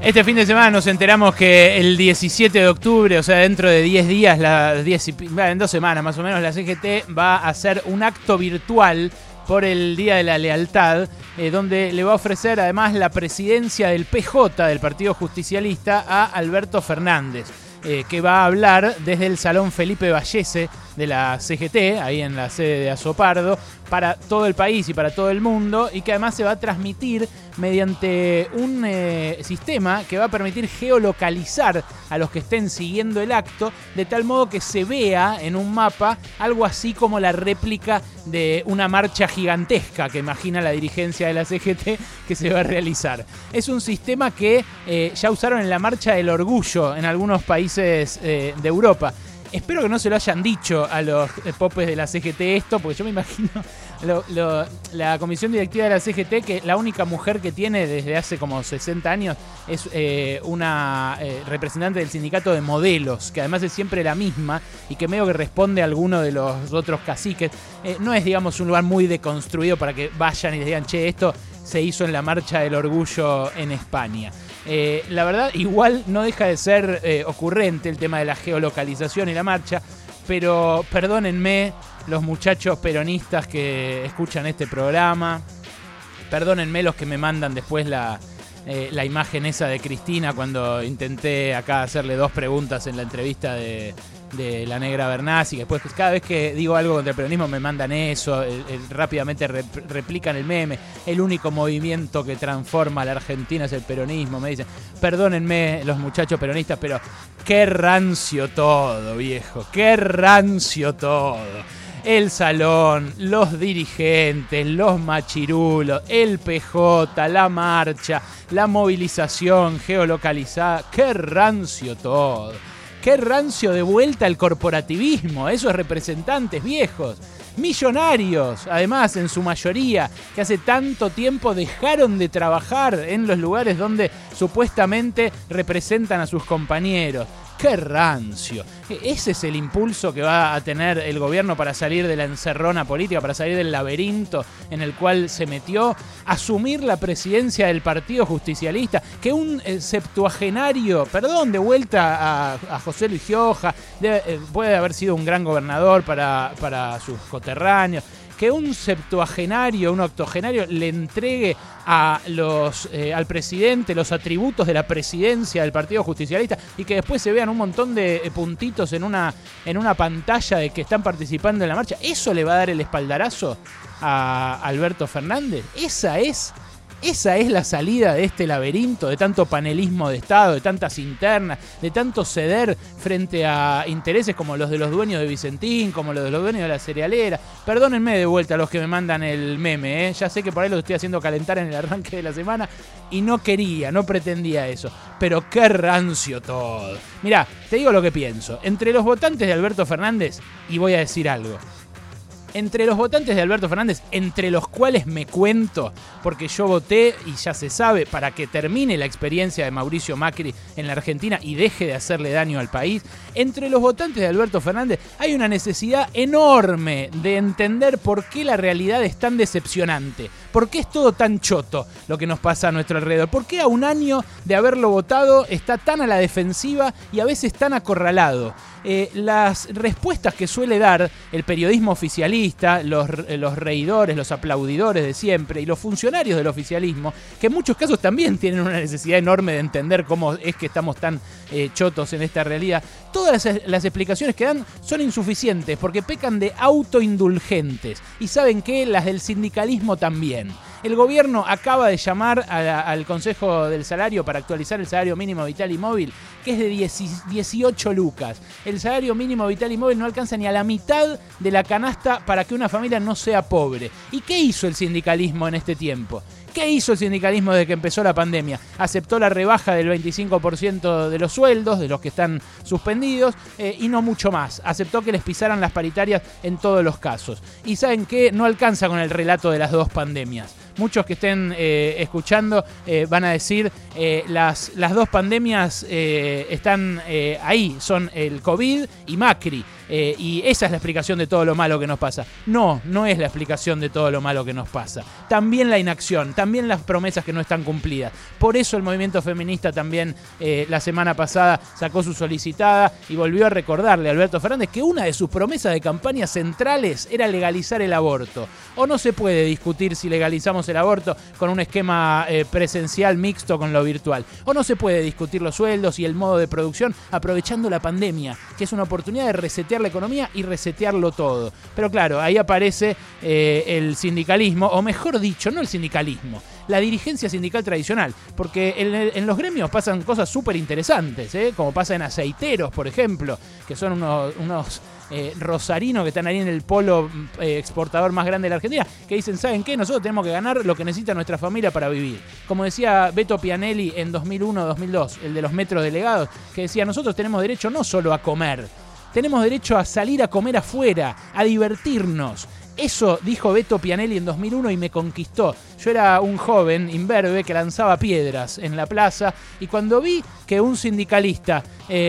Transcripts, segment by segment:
Este fin de semana nos enteramos que el 17 de octubre, o sea, dentro de 10 días, en 2 semanas más o menos, la CGT va a hacer un acto virtual por el Día de la Lealtad, donde le va a ofrecer además la presidencia del PJ, del Partido Justicialista, a Alberto Fernández, que va a hablar desde el Salón Felipe Vallese de la CGT, ahí en la sede de Azopardo, para todo el país y para todo el mundo, y que además se va a transmitir mediante un sistema que va a permitir geolocalizar a los que estén siguiendo el acto, de tal modo que se vea en un mapa algo así como la réplica de una marcha gigantesca que imagina la dirigencia de la CGT que se va a realizar. Es un sistema que ya usaron en la Marcha del Orgullo en algunos países de Europa. Espero que no se lo hayan dicho a los popes de la CGT esto, porque yo me imagino la comisión directiva de la CGT, que la única mujer que tiene desde hace como 60 años es una representante del sindicato de modelos, que además es siempre la misma y que medio que responde a alguno de los otros caciques. No es, digamos, un lugar muy deconstruido para que vayan y les digan, che, esto se hizo en la Marcha del Orgullo en España. La verdad, igual no deja de ser ocurrente el tema de la geolocalización y la marcha, pero perdónenme los muchachos peronistas que escuchan este programa, perdónenme los que me mandan después la imagen esa de Cristina cuando intenté acá hacerle 2 preguntas en la entrevista de la Negra Bernasi, que después cada vez que digo algo contra el peronismo me mandan eso, rápidamente replican el meme, el único movimiento que transforma a la Argentina es el peronismo, me dicen. Perdónenme los muchachos peronistas, pero qué rancio todo, viejo, qué rancio todo. El salón, los dirigentes, los machirulos, el PJ, la marcha, la movilización geolocalizada, qué rancio todo. Qué rancio de vuelta al corporativismo, esos representantes viejos, millonarios, además en su mayoría, que hace tanto tiempo dejaron de trabajar en los lugares donde supuestamente representan a sus compañeros. ¡Qué rancio! Ese es el impulso que va a tener el gobierno para salir de la encerrona política, para salir del laberinto en el cual se metió, asumir la presidencia del Partido Justicialista, que un septuagenario, perdón, de vuelta a José Luis Gioja, puede haber sido un gran gobernador para sus coterráneos, que un septuagenario, un octogenario le entregue al presidente los atributos de la presidencia del Partido Justicialista y que después se vean un montón de puntitos en una pantalla de que están participando en la marcha. ¿Eso le va a dar el espaldarazo a Alberto Fernández? Esa es la salida de este laberinto, de tanto panelismo de Estado, de tantas internas, de tanto ceder frente a intereses como los de los dueños de Vicentín, como los de los dueños de la cerealera. Perdónenme de vuelta a los que me mandan el meme, ya sé que por ahí lo estoy haciendo calentar en el arranque de la semana y no pretendía eso, pero qué rancio todo. Mirá, te digo lo que pienso. Entre los votantes de Alberto Fernández, y voy a decir algo, entre los votantes de Alberto Fernández, entre los cuales me cuento, porque yo voté, y ya se sabe, para que termine la experiencia de Mauricio Macri en la Argentina y deje de hacerle daño al país, entre los votantes de Alberto Fernández hay una necesidad enorme de entender por qué la realidad es tan decepcionante, por qué es todo tan choto lo que nos pasa a nuestro alrededor, por qué a un año de haberlo votado está tan a la defensiva y a veces tan acorralado. Las respuestas que suele dar el periodismo oficialista, los reidores, los aplaudidores de siempre y los funcionarios del oficialismo, que en muchos casos también tienen una necesidad enorme de entender cómo es que estamos tan chotos en esta realidad, todas las explicaciones que dan son insuficientes porque pecan de autoindulgentes y saben que las del sindicalismo también. El gobierno acaba de llamar al Consejo del Salario para actualizar el salario mínimo vital y móvil, que es de 18 lucas. El salario mínimo vital y móvil no alcanza ni a la mitad de la canasta para que una familia no sea pobre. ¿Y qué hizo el sindicalismo en este tiempo? ¿Qué hizo el sindicalismo desde que empezó la pandemia? Aceptó la rebaja del 25% de los sueldos, de los que están suspendidos, y no mucho más. Aceptó que les pisaran las paritarias en todos los casos. Y ¿saben qué? No alcanza con el relato de las 2 pandemias. Muchos que estén escuchando van a decir las 2 pandemias están ahí, son el COVID y Macri. y esa es la explicación de todo lo malo que nos pasa. No, no es la explicación de todo lo malo que nos pasa. También la inacción, también las promesas que no están cumplidas. Por eso el movimiento feminista también la semana pasada sacó su solicitada y volvió a recordarle a Alberto Fernández que una de sus promesas de campaña centrales era legalizar el aborto. O no se puede discutir si legalizamos el aborto con un esquema presencial mixto con lo virtual. O no se puede discutir los sueldos y el modo de producción aprovechando la pandemia, que es una oportunidad de resetear la economía y resetearlo todo. Pero claro, ahí aparece el sindicalismo, o mejor dicho, no el sindicalismo, la dirigencia sindical tradicional, porque en los gremios pasan cosas súper interesantes, como pasa en aceiteros, por ejemplo, que son unos rosarinos que están ahí en el polo exportador más grande de la Argentina, que dicen, ¿saben qué? Nosotros tenemos que ganar lo que necesita nuestra familia para vivir. Como decía Beto Pianelli en 2001-2002, el de los metros delegados, que decía, nosotros tenemos derecho no solo a comer, tenemos derecho a salir a comer afuera, a divertirnos. Eso dijo Beto Pianelli en 2001 y me conquistó. Yo era un joven imberbe que lanzaba piedras en la plaza y cuando vi que un sindicalista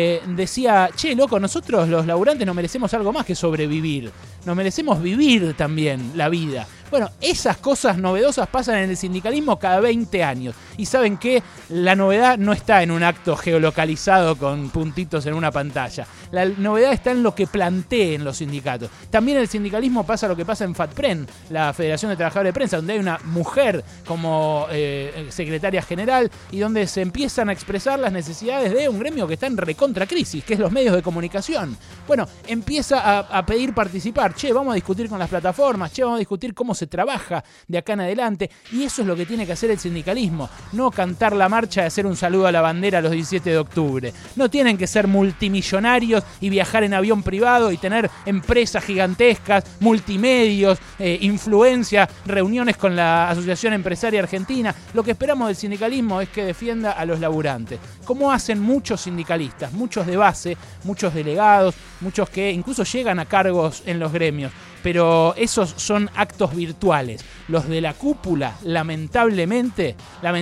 decía, che, loco, nosotros los laburantes nos merecemos algo más que sobrevivir. Nos merecemos vivir también la vida. Bueno, esas cosas novedosas pasan en el sindicalismo cada 20 años. Y ¿saben qué? La novedad no está en un acto geolocalizado con puntitos en una pantalla. La novedad está en lo que planteen los sindicatos. También en el sindicalismo pasa lo que pasa en FATPREN, la Federación de Trabajadores de Prensa, donde hay una mujer como secretaria general y donde se empiezan a expresar las necesidades de un gremio que está en recontra crisis, que es los medios de comunicación. Bueno, empieza a pedir participar. Che, vamos a discutir con las plataformas, che, vamos a discutir cómo se trabaja de acá en adelante. Y eso es lo que tiene que hacer el sindicalismo. No cantar la marcha y hacer un saludo a la bandera los 17 de octubre. No tienen que ser multimillonarios y viajar en avión privado y tener empresas gigantescas, multimedios, influencia, reuniones con la Asociación Empresaria Argentina. Lo que esperamos del sindicalismo es que defienda a los laburantes, como hacen muchos sindicalistas, muchos de base, muchos delegados, muchos que incluso llegan a cargos en los gremios. Pero esos son actos virtuales. Los de la cúpula, lamentablemente,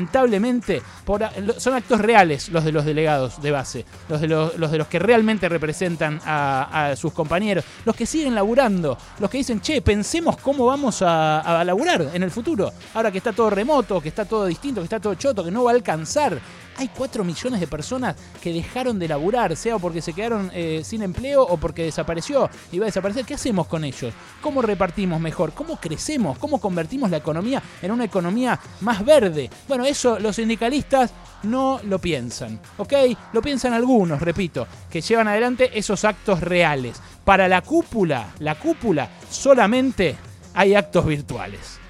son actos reales los de los delegados de base, los de los que realmente representan a sus compañeros, los que siguen laburando, los que dicen, che, pensemos cómo vamos a laburar en el futuro, ahora que está todo remoto, que está todo distinto, que está todo choto, que no va a alcanzar. Hay 4 millones de personas que dejaron de laburar, sea porque se quedaron sin empleo o porque desapareció y va a desaparecer. ¿Qué hacemos con ellos? ¿Cómo repartimos mejor? ¿Cómo crecemos? ¿Cómo convertimos la economía en una economía más verde? Bueno, eso los sindicalistas no lo piensan, ¿ok? Lo piensan algunos, repito, que llevan adelante esos actos reales. Para la cúpula solamente hay actos virtuales.